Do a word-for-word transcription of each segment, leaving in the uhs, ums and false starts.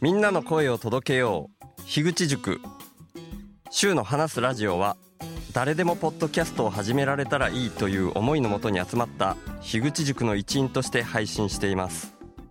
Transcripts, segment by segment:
みんなの声を届けよう。樋口塾。週の話すラジオは誰でもポッドキャストを始められたらいいという思いのもとに集まった樋口塾の一員として配信しています。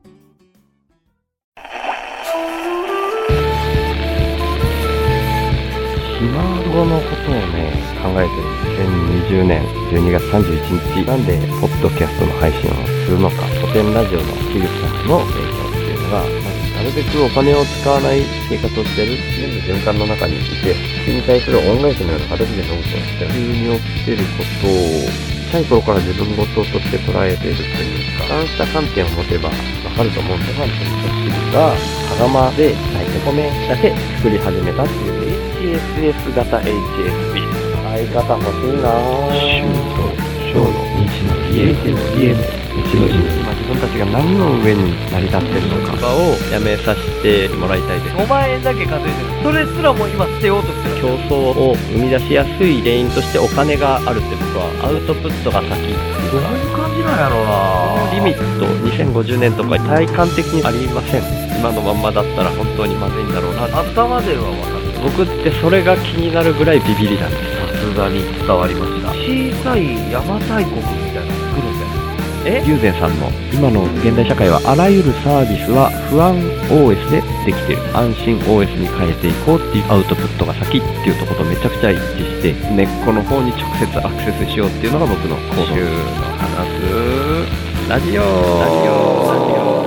ひ孫のことをね考えてるにせんにじゅうねんじゅうにがつさんじゅういちにちなんでポッドキャストの配信をするのか、古典ラジオの樋口さんの影響っていうのが、まあ、なるべくお金を使わない生活をしてる全部循環の中にいて、それに対する恩返しのような形でノートをして急に起きてることを小さい頃から自分事として捉えているというか、そうした観点を持てばわかると思うんですが、樋口が羽釜で炊いて米だけ作り始めたっていう エイチエスエス 型 エイチエスピー 相方欲しいなぁ。週と小の日の家の家の日の日、まあ、自分たちが何の上に成り立ってるのかをやめさせてもらいたいです。 ごまんえんだけ稼いでる。それすらも今捨てようとしてる。 競争を生み出しやすい原因としてお金があるって僕はアウトプットが先。 どういう感じなんやろうな。 リミットにせんごじゅうねんとか体感的にありません。今のまんまだったら本当にまずいんだろうな。 頭では分かる。 僕ってそれが気になるぐらいビビりなんです。 さすがに伝わりました。小さい邪馬台国みたいなの作るんだよ。え友禅さんの今の現代社会はあらゆるサービスは不安 オーエス でできている、安心 オーエス に変えていこうっていうアウトプットが先っていうところとめちゃくちゃ一致して、根っこの方に直接アクセスしようっていうのが僕の行動。週の話すラジオラジオラジオ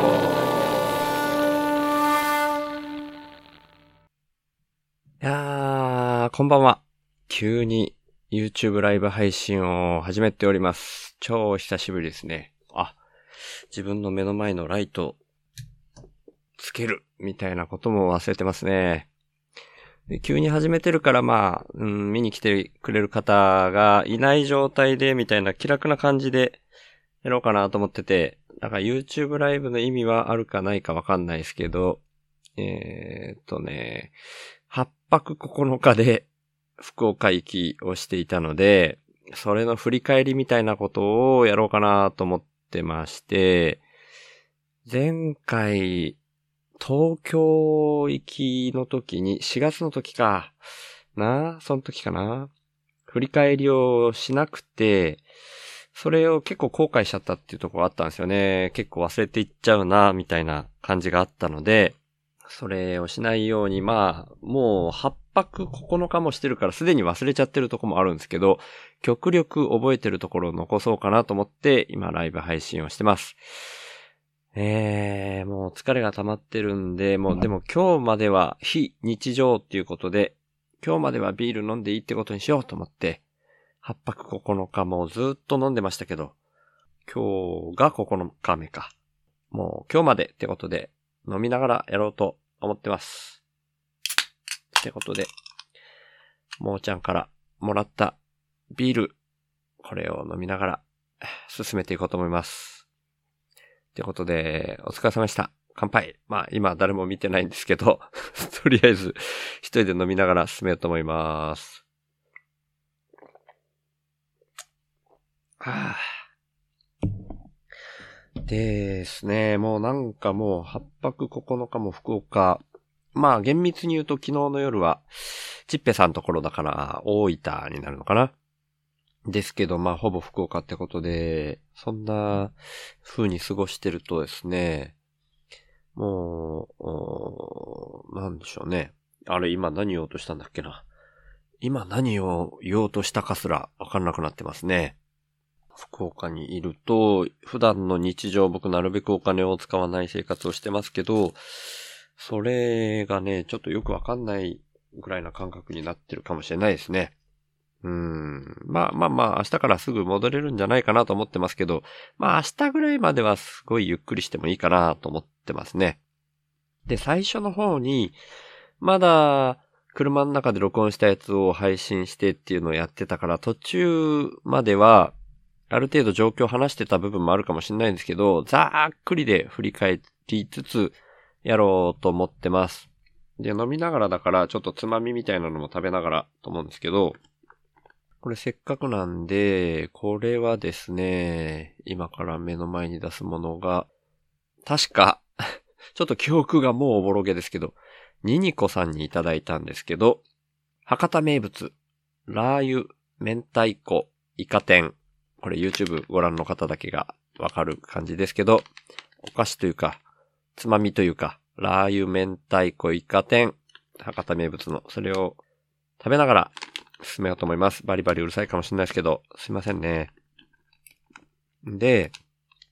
いやー、こんばんは。急に YouTube ライブ配信を始めております。超久しぶりですね。あ、自分の目の前のライトつけるみたいなことも忘れてますね。で急に始めてるからまあ、うん、見に来てくれる方がいない状態でみたいな気楽な感じでやろうかなと思ってて、だから YouTube ライブの意味はあるかないかわかんないですけど、えーっとね、はっぱくここのかで福岡行きをしていたので、それの振り返りみたいなことをやろうかなと思ってまして、前回東京行きの時にしがつの時かな、その時かな、振り返りをしなくて、それを結構後悔しちゃったっていうところがあったんですよね。結構忘れていっちゃうなみたいな感じがあったので、それをしないように、まあ、もうはっぱくここのかもしてるからすでに忘れちゃってるとこもあるんですけど、極力覚えてるところを残そうかなと思って今ライブ配信をしてます。えー、もう疲れが溜まってるんで、もうでも今日までは非日常っていうことで、今日まではビール飲んでいいってことにしようと思って、はっぱくここのかもずっと飲んでましたけど、今日がここのかめか。もう今日までってことで飲みながらやろうと思ってます。ってことで、もーちゃんからもらったビール、これを飲みながら進めていこうと思います。ってことで、お疲れ様でした。乾杯。まあ今誰も見てないんですけど、とりあえず一人で飲みながら進めようと思います。はぁ。ですね、もうなんかもうはっぱくここのかも福岡、まあ厳密に言うと昨日の夜はちっぺさんのところだから大分になるのかなですけど、まあほぼ福岡ってことで、そんな風に過ごしてるとですね、もうなんでしょうね、あれ今何言おうとしたんだっけな、今何を言おうとしたかすらわかんなくなってますね。福岡にいると、普段の日常僕なるべくお金を使わない生活をしてますけど、それがね、ちょっとよくわかんないぐらいな感覚になってるかもしれないですね。うーん。まあまあまあ、明日からすぐ戻れるんじゃないかなと思ってますけど、まあ明日ぐらいまではすごいゆっくりしてもいいかなと思ってますね。で、最初の方に、まだ車の中で録音したやつを配信してっていうのをやってたから、途中までは、ある程度状況を話してた部分もあるかもしれないんですけど、ざーっくりで振り返りつつやろうと思ってます。で、飲みながらだからちょっとつまみみたいなのも食べながらと思うんですけど、これせっかくなんで、これはですね、今から目の前に出すものが、確かちょっと記憶がもうおぼろげですけど、ニニコさんにいただいたんですけど、博多名物、ラー油、明太子、イカ天。これ YouTube ご覧の方だけがわかる感じですけど、お菓子というか、つまみというか、ラー油、明太子、イカ天、博多名物の、それを食べながら進めようと思います。バリバリうるさいかもしれないですけど、すいませんね。で、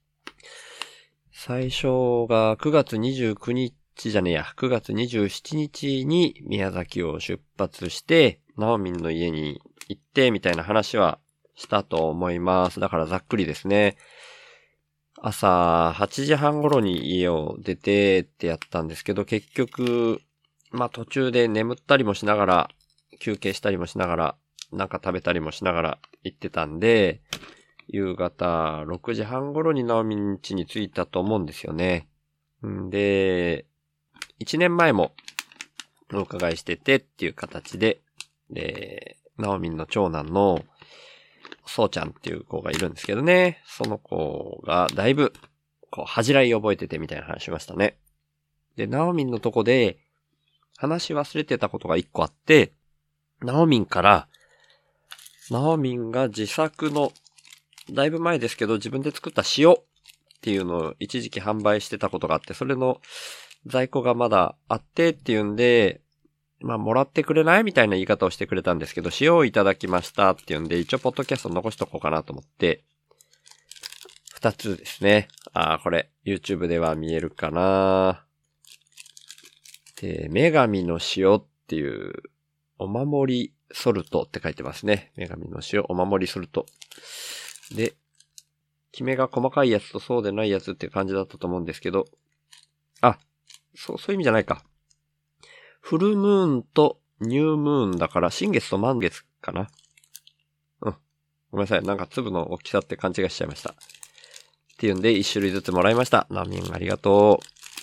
最初がくがつにじゅうくにちじゃねえや、くがつにじゅうしちにちに宮崎を出発して、ナオミンの家に行ってみたいな話はしたと思います。だからざっくりですね。朝はちじはん頃に家を出てってやったんですけど、結局、まあ途中で眠ったりもしながら、休憩したりもしながら、なんか食べたりもしながら行ってたんで、夕方ろくじはん頃にナオミン家に着いたと思うんですよね。んで、いちねんまえもお伺いしててっていう形で、で、ナオミンの長男のそうちゃんっていう子がいるんですけどね、その子がだいぶこう恥じらい覚えててみたいな話しましたね。で、ナオミンのとこで話し忘れてたことが一個あって、ナオミンから、ナオミンが自作のだいぶ前ですけど自分で作った塩っていうのを一時期販売してたことがあって、それの在庫がまだあってっていうんで、まあもらってくれないみたいな言い方をしてくれたんですけど、塩をいただきましたっていうんで、一応ポッドキャスト残しとこうかなと思って、二つですね。ああ、これ YouTube では見えるかな。で、女神の塩っていうお守りソルトって書いてますね。女神の塩お守りソルト。で、キメが細かいやつとそうでないやつっていう感じだったと思うんですけど、あ、そう、そういう意味じゃないか。フルムーンとニュームーンだから、新月と満月かな。うん。ごめんなさい。なんか粒の大きさって勘違いしちゃいました。っていうんで、一種類ずつもらいました。ナオミンありがとう。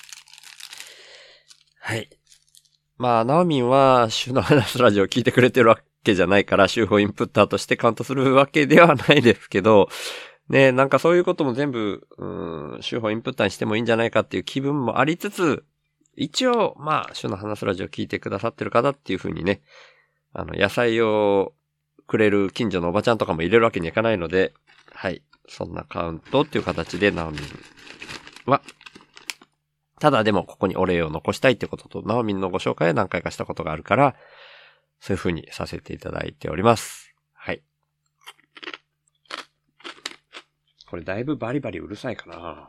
はい。まあ、ナオミンは、週の話すラジオ聞いてくれてるわけじゃないから、週報インプッターとしてカウントするわけではないですけど、ね、なんかそういうことも全部、うん、週報インプッターにしてもいいんじゃないかっていう気分もありつつ、一応、まあ、週の話すラジオ聞いてくださってる方っていう風にね、あの、野菜をくれる近所のおばちゃんとかも入れるわけにはいかないので、はい。そんなカウントっていう形で、ナオミンは、ただでもここにお礼を残したいってことと、ナオミンのご紹介は何回かしたことがあるから、そういう風にさせていただいております。はい。これだいぶバリバリうるさいかな。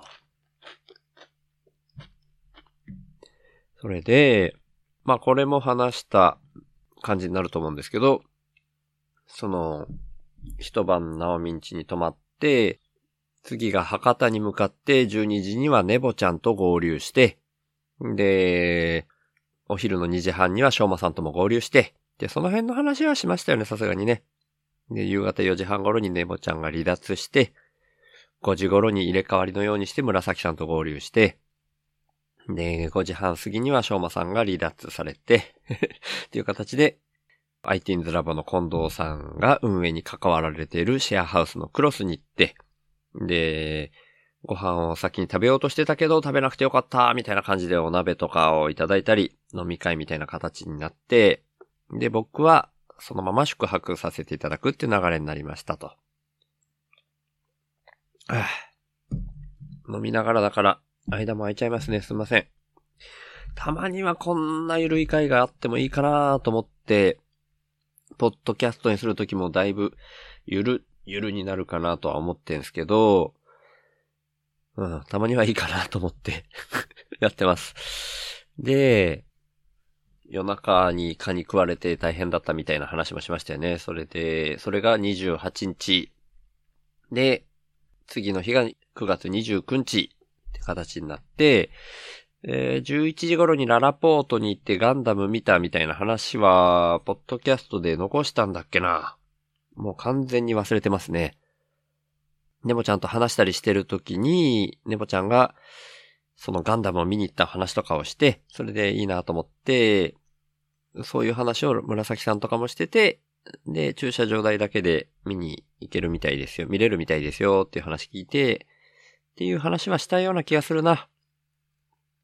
それで、まあこれも話した感じになると思うんですけど、その、一晩ナオミン家に泊まって、次が博多に向かってじゅうにじにはネボちゃんと合流して、で、お昼のにじはんにはしょうまさんとも合流して、で、その辺の話はしましたよね、さすがにね。で、夕方よじはん頃にネボちゃんが離脱して、ごじ頃に入れ替わりのようにして紫さんと合流して、で、ごじはん過ぎにはしょうまさんが離脱されて、っていう形で、アイティーンズ ラボの近藤さんが運営に関わられているシェアハウスのクロスに行って、で、ご飯を先に食べようとしてたけど食べなくてよかったみたいな感じでお鍋とかをいただいたり、飲み会みたいな形になって、で、僕はそのまま宿泊させていただくっていう流れになりましたと。はあ、飲みながらだから間も空いちゃいますね。すいません。たまにはこんなゆるい会があってもいいかなと思って、ポッドキャストにするときもだいぶゆる、ゆるになるかなとは思ってんすけど、うん、たまにはいいかなと思ってやってます。で、夜中に蚊に食われて大変だったみたいな話もしましたよね。それで、それがにじゅうはちにちで、次の日がくがつにじゅうくにちって形になって、えー、じゅういちじ頃にララポートに行ってガンダム見たみたいな話は、ポッドキャストで残したんだっけな。もう完全に忘れてますね。ネボちゃんと話したりしてるときに、ネボちゃんが、そのガンダムを見に行った話とかをして、それでいいなと思って、そういう話を紫さんとかもしてて、で、駐車場代だけで見に行けるみたいですよ。見れるみたいですよっていう話聞いて、っていう話はしたような気がするな。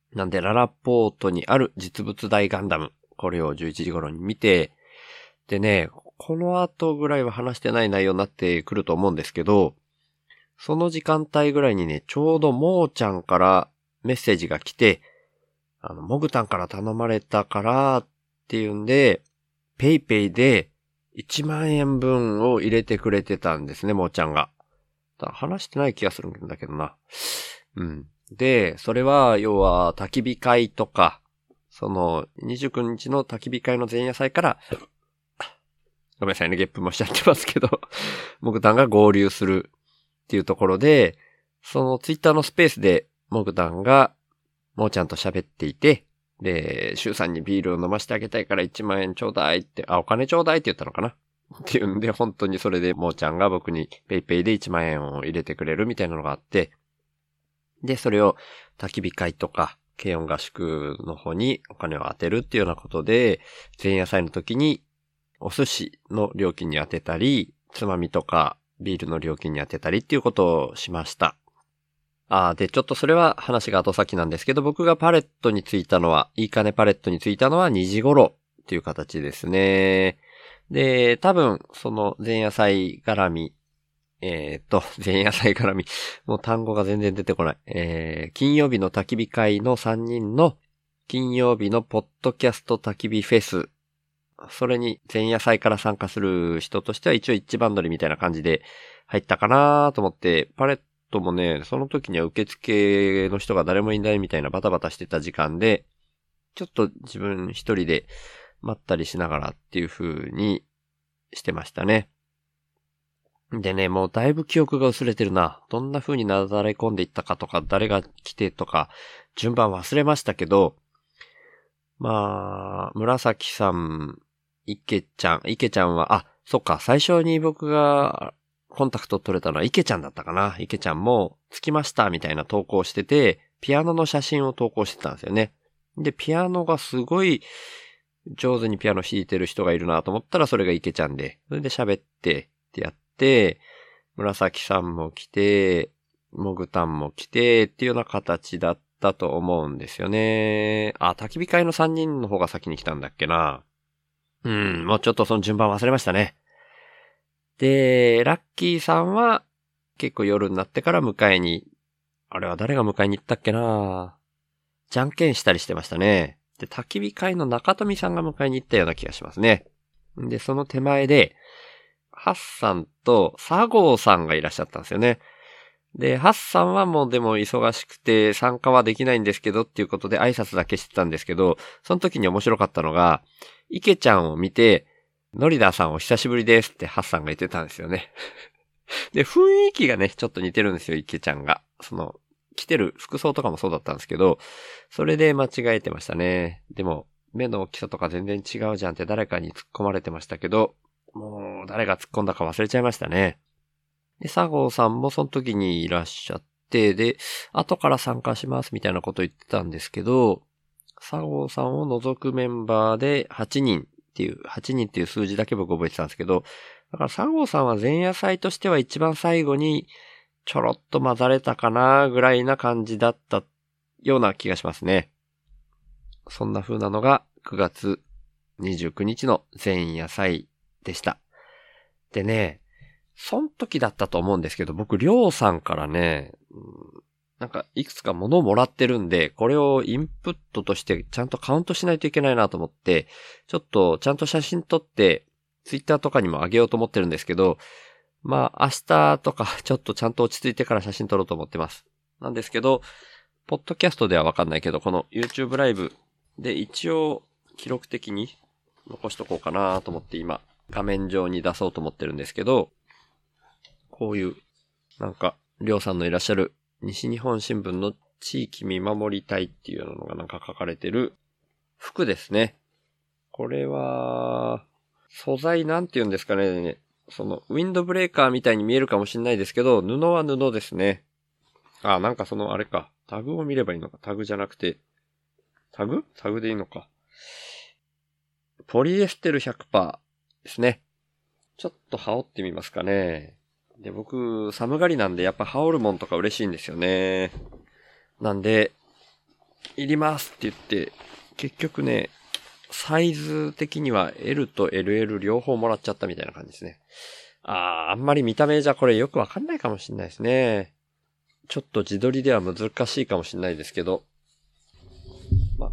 なんでララポートにある実物大ガンダム、これをじゅういちじ頃に見て、でね、この後ぐらいは話してない内容になってくると思うんですけど、その時間帯ぐらいにね、ちょうどモーちゃんからメッセージが来て、あの、モグタンから頼まれたからっていうんで、ペイペイでいちまんえん分を入れてくれてたんですね、モーちゃんが。だ話してない気がするんだけどな。うん。で、それは、要は、焚き火会とか、その、にじゅうくにちの焚き火会の前夜祭から、ごめんなさいね、ゲップもしちゃってますけど、モグタンが合流するっていうところで、そのツイッターのスペースで、モグタンが、モーちゃんと喋っていて、で、シュウさんにビールを飲ませてあげたいからいちまんえんちょうだいって、あ、お金ちょうだいって言ったのかなっていうんで、本当にそれでモーちゃんが僕にペイペイでいちまんえんを入れてくれるみたいなのがあって、で、それを焚き火会とか、軽音合宿の方にお金を当てるっていうようなことで、前夜祭の時にお寿司の料金に当てたり、つまみとかビールの料金に当てたりっていうことをしました。あーで、ちょっとそれは話が後先なんですけど、僕がパレットに着いたのは、いいかねパレットに着いたのはにじ頃っていう形ですね。で、多分、その前夜祭絡み、えーと、前夜祭絡み、もう単語が全然出てこない。えー、金曜日の焚き火会のさんにんの、金曜日のポッドキャスト焚き火フェス、それに前夜祭から参加する人としては一応一番乗りみたいな感じで入ったかなと思って、パレットもね、その時には受付の人が誰もいないみたいなバタバタしてた時間で、ちょっと自分一人で待ったりしながらっていう風にしてましたね。でね、もうだいぶ記憶が薄れてるな。どんな風になだれ込んでいったかとか、誰が来てとか、順番忘れましたけど、まあ、紫さん、池ちゃん、池ちゃんは、あ、そっか、最初に僕がコンタクト取れたのは池ちゃんだったかな。池ちゃんも着きましたみたいな投稿してて、ピアノの写真を投稿してたんですよね。で、ピアノがすごい上手にピアノ弾いてる人がいるなと思ったらそれが池ちゃんで、それで喋ってってやって、紫さんも来て、モグタンも来てっていうような形だったと思うんですよね。あ、焚き火会のさんにんの方が先に来たんだっけな。うん、もうちょっとその順番忘れましたね。で、ラッキーさんは結構夜になってから迎えに、あれは誰が迎えに行ったっけな。じゃんけんしたりしてましたね。で、焚き火会の中富さんが迎えに行ったような気がしますね。で、その手前で、ハッサンとサゴーさんがいらっしゃったんですよね。で、ハッサンはもうでも忙しくて参加はできないんですけどっていうことで挨拶だけしてたんですけど、その時に面白かったのが、池ちゃんを見て、ノリダーさんお久しぶりですってハッサンが言ってたんですよね。で、雰囲気がね、ちょっと似てるんですよ、池ちゃんが。その、着てる服装とかもそうだったんですけど、それで間違えてましたね。でも、目の大きさとか全然違うじゃんって誰かに突っ込まれてましたけど、もう誰が突っ込んだか忘れちゃいましたね。で、佐合さんもその時にいらっしゃって、で、後から参加しますみたいなこと言ってたんですけど、佐合さんを除くメンバーではちにんっていう、はちにんっていう数字だけ僕覚えてたんですけど、だから佐合さんは前夜祭としては一番最後にちょろっと混ざれたかなぐらいな感じだったような気がしますね。そんな風なのがくがつにじゅうくにちの前夜祭でした。でね、その時だったと思うんですけど、僕、りょうさんからね、なんかいくつか物をもらってるんで、これをインプットとしてちゃんとカウントしないといけないなと思って、ちょっとちゃんと写真撮って、ツイッターとかにも上げようと思ってるんですけど、まあ明日とかちょっとちゃんと落ち着いてから写真撮ろうと思ってます。なんですけど、ポッドキャストではわかんないけど、この YouTube ライブで一応記録的に残しとこうかなと思って今画面上に出そうと思ってるんですけど、こういうなんかりょうさんのいらっしゃる西日本新聞の地域見守り隊っていうのがなんか書かれてる服ですね。これは素材なんて言うんですかね。そのウィンドブレーカーみたいに見えるかもしれないですけど、布は布ですね。あ、なんかそのあれか。タグを見ればいいのか。タグじゃなくて。タグ？タグでいいのか。ポリエステル ひゃくパーセント ですね。ちょっと羽織ってみますかね。で、僕、寒がりなんでやっぱ羽織るもんとか嬉しいんですよね。なんで、 いりますって言って、結局ね、サイズ的には エル と エルエル 両方もらっちゃったみたいな感じですね。あー、あんまり見た目じゃこれよくわかんないかもしれないですね。ちょっと自撮りでは難しいかもしれないですけど。ま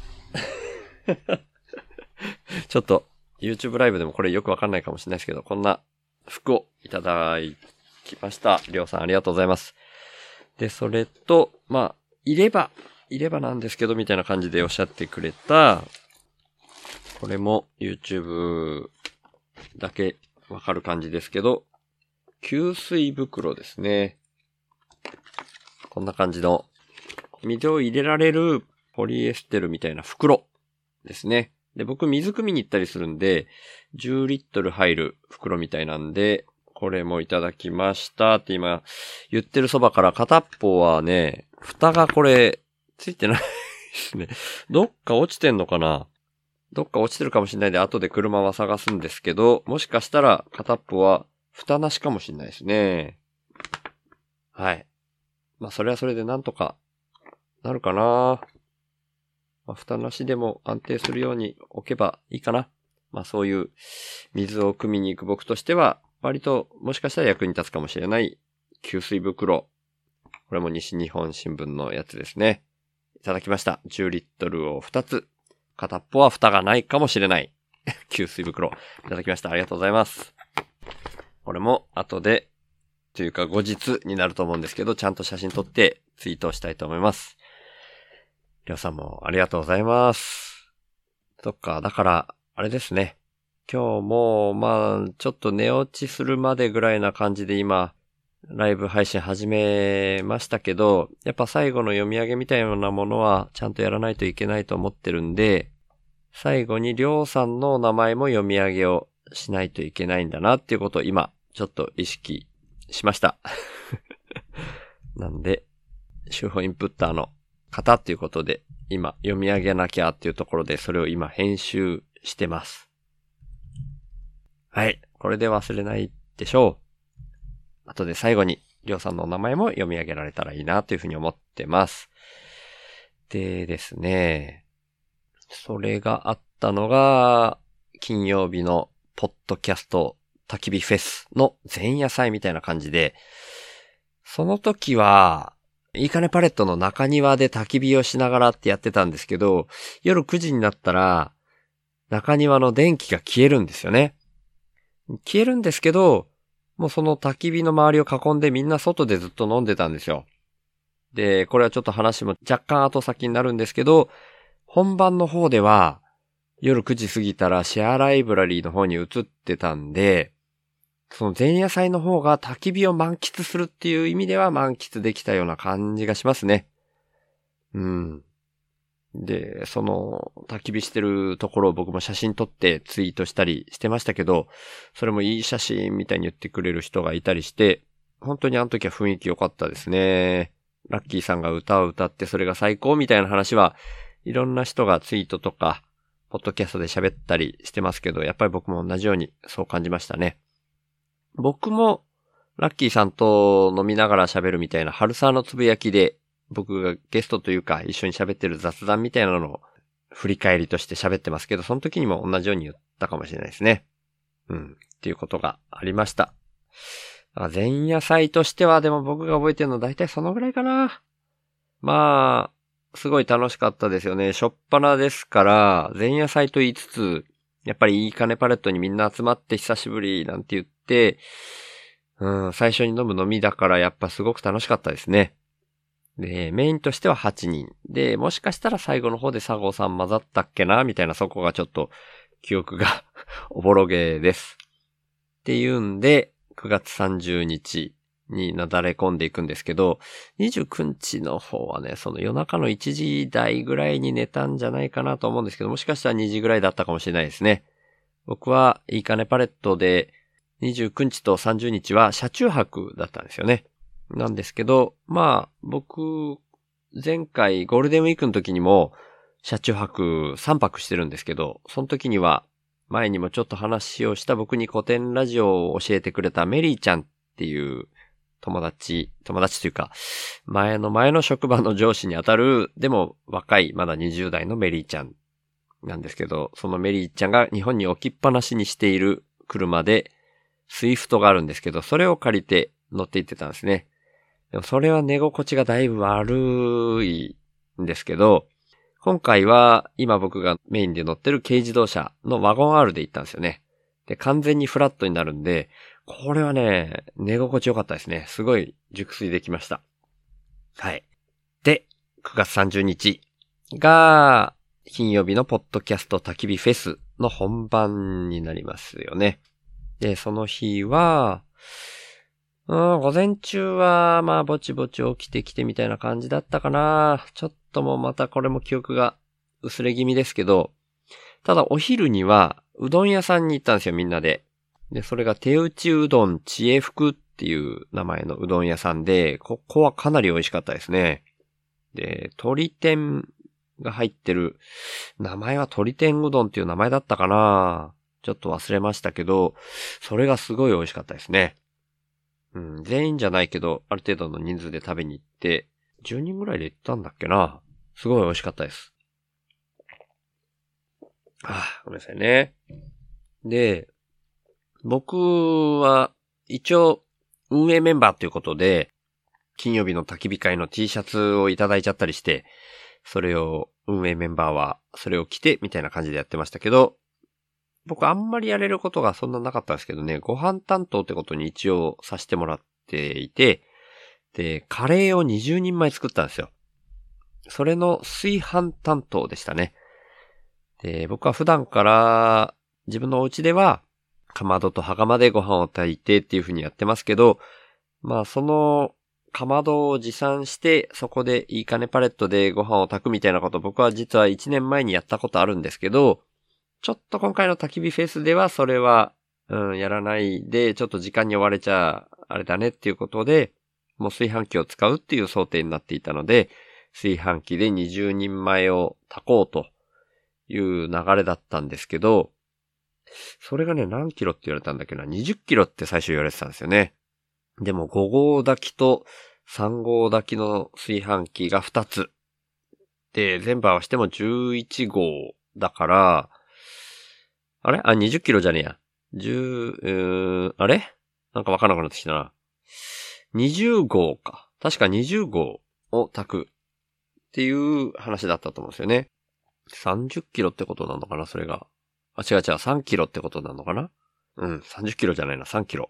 ちょっと YouTube ライブでもこれよくわかんないかもしれないですけど、こんな服をいただきました。りょうさんありがとうございます。で、それと、まあ、いれば、いればなんですけど、みたいな感じでおっしゃってくれた、これも YouTube だけわかる感じですけど、吸水袋ですね。こんな感じの、水を入れられるポリエステルみたいな袋ですね。で、僕水汲みに行ったりするんで、じゅうリットル入る袋みたいなんで、これもいただきましたって今言ってるそばから片っぽはね、蓋がこれついてないですね。どっか落ちてんのかな？どっか落ちてるかもしれないんで後で車は探すんですけど、もしかしたら片っぽは蓋なしかもしれないですね。はい。まあそれはそれでなんとかなるかな。まあ、蓋なしでも安定するように置けばいいかな。まあそういう水を汲みに行く僕としては割ともしかしたら役に立つかもしれない給水袋。これも西日本新聞のやつですね。いただきました。じゅうリットルをふたつ。片っぽは蓋がないかもしれない給水袋。いただきました。ありがとうございます。これも後で、というか後日になると思うんですけど、ちゃんと写真撮ってツイートしたいと思います。りょうさんもありがとうございます。そっか、だから、あれですね。今日も、まあ、ちょっと寝落ちするまでぐらいな感じで今、ライブ配信始めましたけど、やっぱ最後の読み上げみたいなものはちゃんとやらないといけないと思ってるんで、最後にりょうさんの名前も読み上げをしないといけないんだなっていうことを今、ちょっと意識しました。なんで、手法インプッターの方っていうことで、今読み上げなきゃっていうところでそれを今編集してます。はい。これで忘れないでしょう。後で最後に、りょうさんのお名前も読み上げられたらいいなというふうに思ってます。でですね、それがあったのが、金曜日のポッドキャスト焚き火フェスの前夜祭みたいな感じで、その時は、いいかねパレットの中庭で焚き火をしながらってやってたんですけど、夜くじになったら、中庭の電気が消えるんですよね。消えるんですけど、もうその焚き火の周りを囲んでみんな外でずっと飲んでたんですよ。で、これはちょっと話も若干後先になるんですけど、本番の方では夜くじ過ぎたらシェアライブラリーの方に移ってたんで、その前夜祭の方が焚き火を満喫するっていう意味では満喫できたような感じがしますね。うん。で、その焚き火してるところを僕も写真撮ってツイートしたりしてましたけど、それもいい写真みたいに言ってくれる人がいたりして、本当にあの時は雰囲気良かったですね。ラッキーさんが歌を歌ってそれが最高みたいな話はいろんな人がツイートとかポッドキャストで喋ったりしてますけど、やっぱり僕も同じようにそう感じましたね。僕もラッキーさんと飲みながら喋るみたいな春沢のつぶやきで僕がゲストというか一緒に喋ってる雑談みたいなのを振り返りとして喋ってますけど、その時にも同じように言ったかもしれないですね。うん。っていうことがありました。前夜祭としてはでも僕が覚えてるの大体そのぐらいかな。まあ、すごい楽しかったですよね。しょっぱなですから、前夜祭と言いつつ、やっぱりいいかねパレットにみんな集まって久しぶりなんて言って、うん、最初に飲む飲みだからやっぱすごく楽しかったですね。で、メインとしてははちにん。で、もしかしたら最後の方で佐合さん混ざったっけなみたいな、そこがちょっと記憶がおぼろげです。っていうんで、くがつさんじゅうにちになだれ込んでいくんですけど、にじゅうくにちの方はね、その夜中のいちじ台ぐらいに寝たんじゃないかなと思うんですけど、もしかしたらにじぐらいだったかもしれないですね。僕はいいかねパレットでにじゅうくにちとさんじゅうにちは車中泊だったんですよね。なんですけど、まあ、僕、前回ゴールデンウィークの時にも車中泊さんぱくしてるんですけど、その時には前にもちょっと話をした僕に古典ラジオを教えてくれたメリーちゃんっていう友達、友達というか、前の前の職場の上司にあたる、でも若い、まだにじゅう代のメリーちゃんなんですけど、そのメリーちゃんが日本に置きっぱなしにしている車で、スイフトがあるんですけど、それを借りて乗って行ってたんですね。でもそれは寝心地がだいぶ悪いんですけど、今回は今僕がメインで乗ってる軽自動車のワゴン R で行ったんですよね。で、完全にフラットになるんで、これはね、寝心地よかったですね。すごい熟睡できました。はい。で、くがつさんじゅうにちが、金曜日のポッドキャスト焚き火フェスの本番になりますよね。で、その日は、うん、午前中は、まあ、ぼちぼち起きてきてみたいな感じだったかな。ちょっともうまたこれも記憶が薄れ気味ですけど、ただお昼には、うどん屋さんに行ったんですよ、みんなで。で、それが手打ちうどんちえふくっていう名前のうどん屋さんで、ここはかなり美味しかったですね。で、鶏天が入ってる、名前は鶏天うどんっていう名前だったかな。ちょっと忘れましたけど、それがすごい美味しかったですね。うん、全員じゃないけど、ある程度の人数で食べに行って、じゅうにんぐらいで行ったんだっけな。すごい美味しかったです。ああ、ごめんなさいね。で、僕は一応運営メンバーということで、金曜日の焚き火会の T シャツをいただいちゃったりして、それを運営メンバーはそれを着てみたいな感じでやってましたけど、僕あんまりやれることがそんななかったんですけどね、ご飯担当ってことに一応させてもらっていて、で、カレーをにじゅうにんまえ作ったんですよ。それの炊飯担当でしたね。で、僕は普段から自分のお家ではかまどと袴でご飯を炊いてっていう風にやってますけど、まあそのかまどを持参してそこでいいかねパレットでご飯を炊くみたいなこと僕は実はいちねんまえにやったことあるんですけど、ちょっと今回の焚き火フェスではそれは、うん、やらないで、ちょっと時間に追われちゃあれだねっていうことで、もう炊飯器を使うっていう想定になっていたので、炊飯器でにじゅうにんまえを炊こうという流れだったんですけど、それがね、何キロって言われたんだっけな、にじゅっキロって最初言われてたんですよね。でもご号炊きとさん号炊きの炊飯器がふたつ。で、全部合わせてもじゅういち号だから、あれあ、にじゅっキロじゃねえや。じゅう、うーん、あれなんかわからなくなってきたな。にじゅう号か。確かにじゅう号を炊くっていう話だったと思うんですよね。さんじゅっキロってことなのかなそれが。あ、違う違う、さんキロってことなのかなうん、さんじゅっキロじゃないな、さんキロ。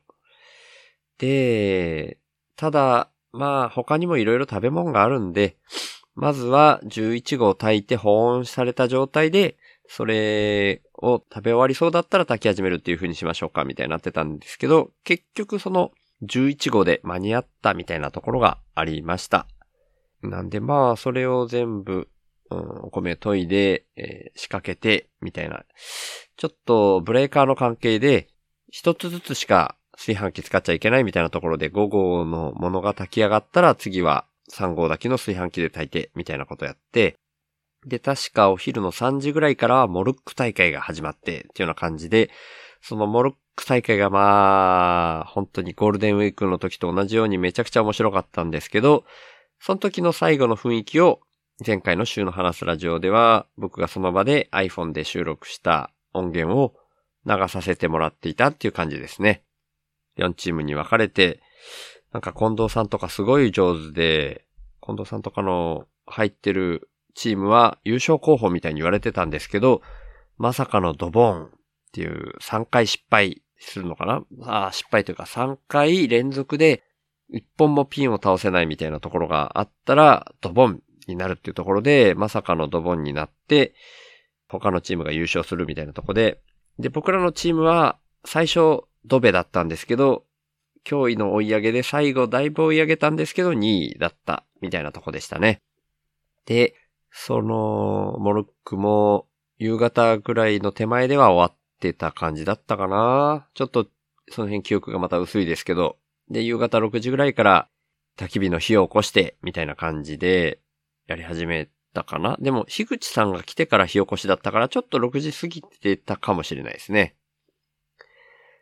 で、ただ、まあ他にもいろいろ食べ物があるんで、まずはじゅういち号炊いて保温された状態で、それを食べ終わりそうだったら炊き始めるっていう風にしましょうかみたいになってたんですけど、結局そのじゅういち号で間に合ったみたいなところがありました。なんでまあそれを全部、うん、お米研いで、えー、仕掛けてみたいな。ちょっとブレーカーの関係で一つずつしか炊飯器使っちゃいけないみたいなところでご号のものが炊き上がったら次はさん号炊きの炊飯器で炊いてみたいなことやって、で、確かお昼のさんじぐらいからはモルック大会が始まってっていうような感じで、そのモルック大会がまあ、本当にゴールデンウィークの時と同じようにめちゃくちゃ面白かったんですけど、その時の最後の雰囲気を前回の週の話すラジオでは僕がその場で iPhone で収録した音源を流させてもらっていたっていう感じですね。よんチームに分かれて、なんか近藤さんとかすごい上手で、近藤さんとかの入ってるチームは優勝候補みたいに言われてたんですけど、まさかのドボンっていうさんかい失敗するのかなあ失敗というかさんかい連続でいっぽんもピンを倒せないみたいなところがあったらドボンになるっていうところで、まさかのドボンになって、他のチームが優勝するみたいなところで、で、僕らのチームは最初ドベだったんですけど、驚異の追い上げで最後だいぶ追い上げたんですけどにいだったみたいなとこでしたね。で、そのモルックも夕方ぐらいの手前では終わってた感じだったかな。ちょっとその辺記憶がまた薄いですけど、で、夕方ろくじぐらいから焚き火の火を起こしてみたいな感じでやり始めたかな。でも、樋口さんが来てから火起こしだったからちょっとろくじ過ぎてたかもしれないですね。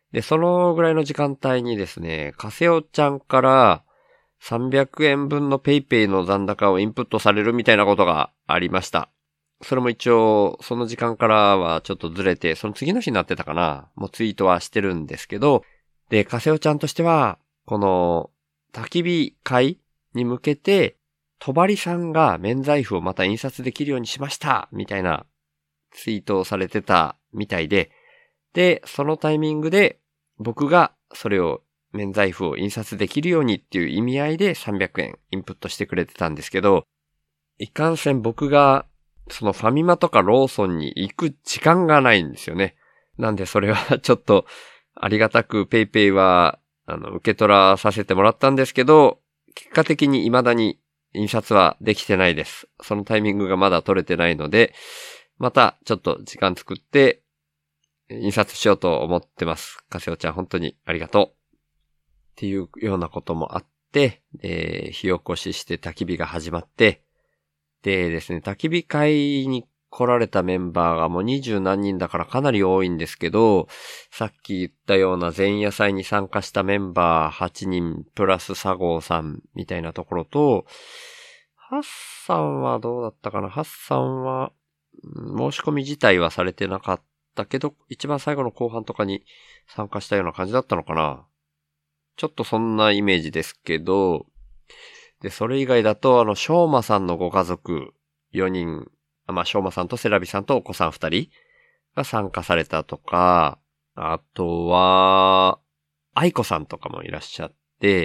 で、そのぐらいの時間帯にですね、カセオちゃんからさんびゃくえんぶんのペイペイの残高をインプットされるみたいなことがありました。それも一応、その時間からはちょっとずれて、その次の日になってたかな。もうツイートはしてるんですけど、で、カセオちゃんとしては、この、焚き火会に向けて、とばりさんが免罪符をまた印刷できるようにしました、みたいなツイートをされてたみたいで、で、そのタイミングで、僕がそれを、免罪符を印刷できるようにっていう意味合いでさんびゃくえんインプットしてくれてたんですけど、いかんせん僕がそのファミマとかローソンに行く時間がないんですよね。なんでそれはちょっとありがたくペイペイはあの受け取らさせてもらったんですけど、結果的に未だに印刷はできてないです。そのタイミングがまだ取れてないので、またちょっと時間作って印刷しようと思ってます。カセオちゃん本当にありがとう。っていうようなこともあって、えー、火起こしして焚き火が始まって、でですね、焚き火会に来られたメンバーがもう二十何人だからかなり多いんですけど、さっき言ったような前夜祭に参加したメンバーはちにんプラス佐合さんみたいなところと、ハッさんはどうだったかな。ハッさんは申し込み自体はされてなかったけど、一番最後の後半とかに参加したような感じだったのかな。ちょっとそんなイメージですけど、で、それ以外だと、あの、しょうまさんのご家族よにん、まあ、しょうまさんとセラビさんとお子さんふたりが参加されたとか、あとは、あいこさんとかもいらっしゃって、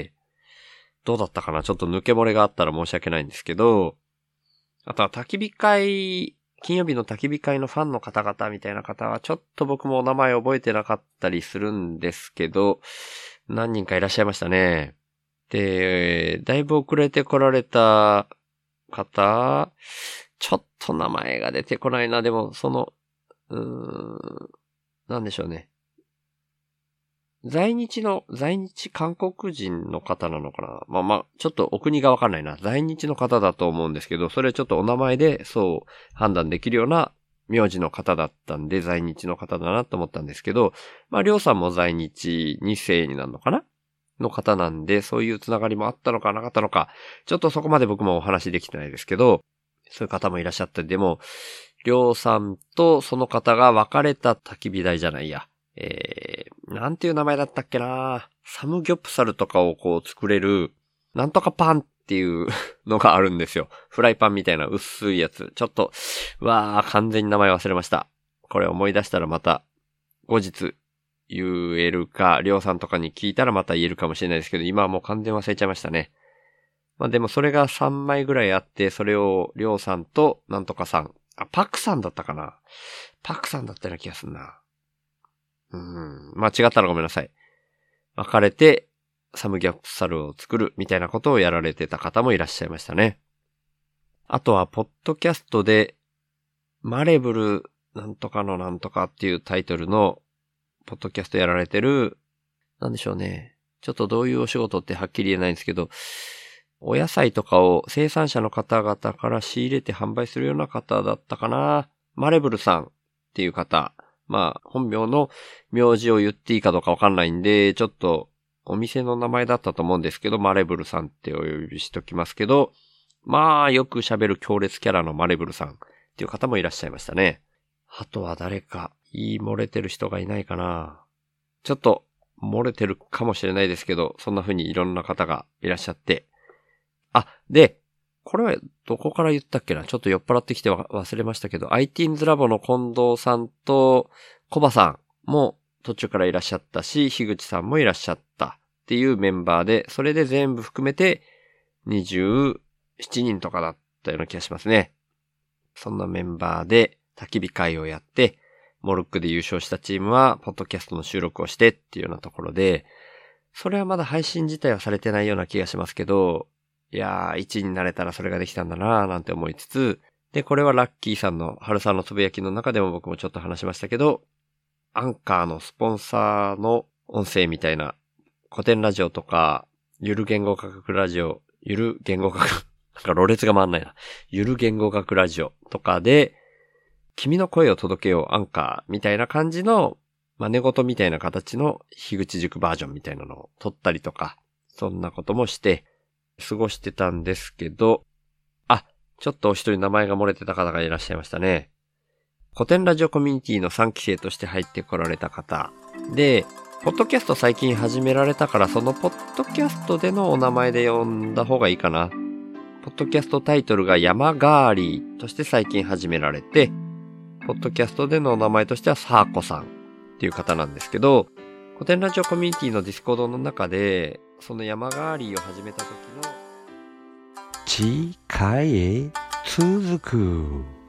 どうだったかな？ちょっと抜け漏れがあったら申し訳ないんですけど、あとは焚き火会、金曜日の焚き火会のファンの方々みたいな方は、ちょっと僕もお名前覚えてなかったりするんですけど、何人かいらっしゃいましたね。で、だいぶ遅れて来られた方、ちょっと名前が出てこないな。でも、その、うーん、なんでしょうね。在日の、在日韓国人の方なのかな。まあまあ、ちょっとお国がわかんないな。在日の方だと思うんですけど、それちょっとお名前でそう判断できるような名字の方だったんで、在日の方だなと思ったんですけど、まあ、りょうさんも在日に世になるのかなの方なんで、そういうつながりもあったのかなかったのか、ちょっとそこまで僕もお話できてないですけど、そういう方もいらっしゃったり、でも、りょうさんとその方が別れた焚き火台じゃないや。えー、なんていう名前だったっけな、サムギョプサルとかをこう作れる、なんとかパンっていうのがあるんですよ。フライパンみたいな薄いやつ。ちょっと、うわー、完全に名前忘れました。これ思い出したらまた、後日言えるか、りょうさんとかに聞いたらまた言えるかもしれないですけど、今はもう完全忘れちゃいましたね。まあでもそれがさんまいぐらいあって、それをりょうさんとなんとかさん、あ、パクさんだったかな。パクさんだったような気がするな。うん、間違ったらごめんなさい。別れて、サムギョプサルを作るみたいなことをやられてた方もいらっしゃいましたね。あとは、ポッドキャストで、マレブルなんとかのなんとかっていうタイトルの、ポッドキャストやられてる、なんでしょうね。ちょっとどういうお仕事ってはっきり言えないんですけど、お野菜とかを生産者の方々から仕入れて販売するような方だったかな。マレブルさんっていう方。まあ、本名の名字を言っていいかどうかわかんないんで、ちょっとお店の名前だったと思うんですけど、マレブルさんってお呼びしときますけど、まあ、よく喋る強烈キャラのマレブルさんっていう方もいらっしゃいましたね。あとは誰か言い漏れてる人がいないかな。ちょっと漏れてるかもしれないですけど、そんな風にいろんな方がいらっしゃって。あ、で、これはどこから言ったっけな、ちょっと酔っ払ってきて忘れましたけど、アイティーンズ ラボの近藤さんとコバさんも途中からいらっしゃったし、樋口さんもいらっしゃったっていうメンバーで、それで全部含めてにじゅうななにんとかだったような気がしますね。そんなメンバーで焚き火会をやって、モルックで優勝したチームはポッドキャストの収録をしてっていうようなところで、それはまだ配信自体はされてないような気がしますけど、いやー、いちいになれたらそれができたんだなーなんて思いつつ、で、これはラッキーさんの春さんのつぶやきの中でも僕もちょっと話しましたけど、アンカーのスポンサーの音声みたいな古典ラジオとか、ゆる言語学ラジオ、ゆる言語学、なんかろれつが回んないな。ゆる言語学ラジオとかで、君の声を届けようアンカーみたいな感じのまあ、寝言みたいな形の樋口塾バージョンみたいなのを撮ったりとか、そんなこともして過ごしてたんですけど、あ、ちょっとお一人名前が漏れてた方がいらっしゃいましたね。古典ラジオコミュニティのさんき生として入ってこられた方で、ポッドキャスト最近始められたから、そのポッドキャストでのお名前で呼んだ方がいいかな。ポッドキャストタイトルが山ガーリーとして最近始められて、ポッドキャストでのお名前としてはサーコさんっていう方なんですけど、古典ラジオコミュニティのディスコードの中で、その山ガーリーを始めた時の次回へ続く。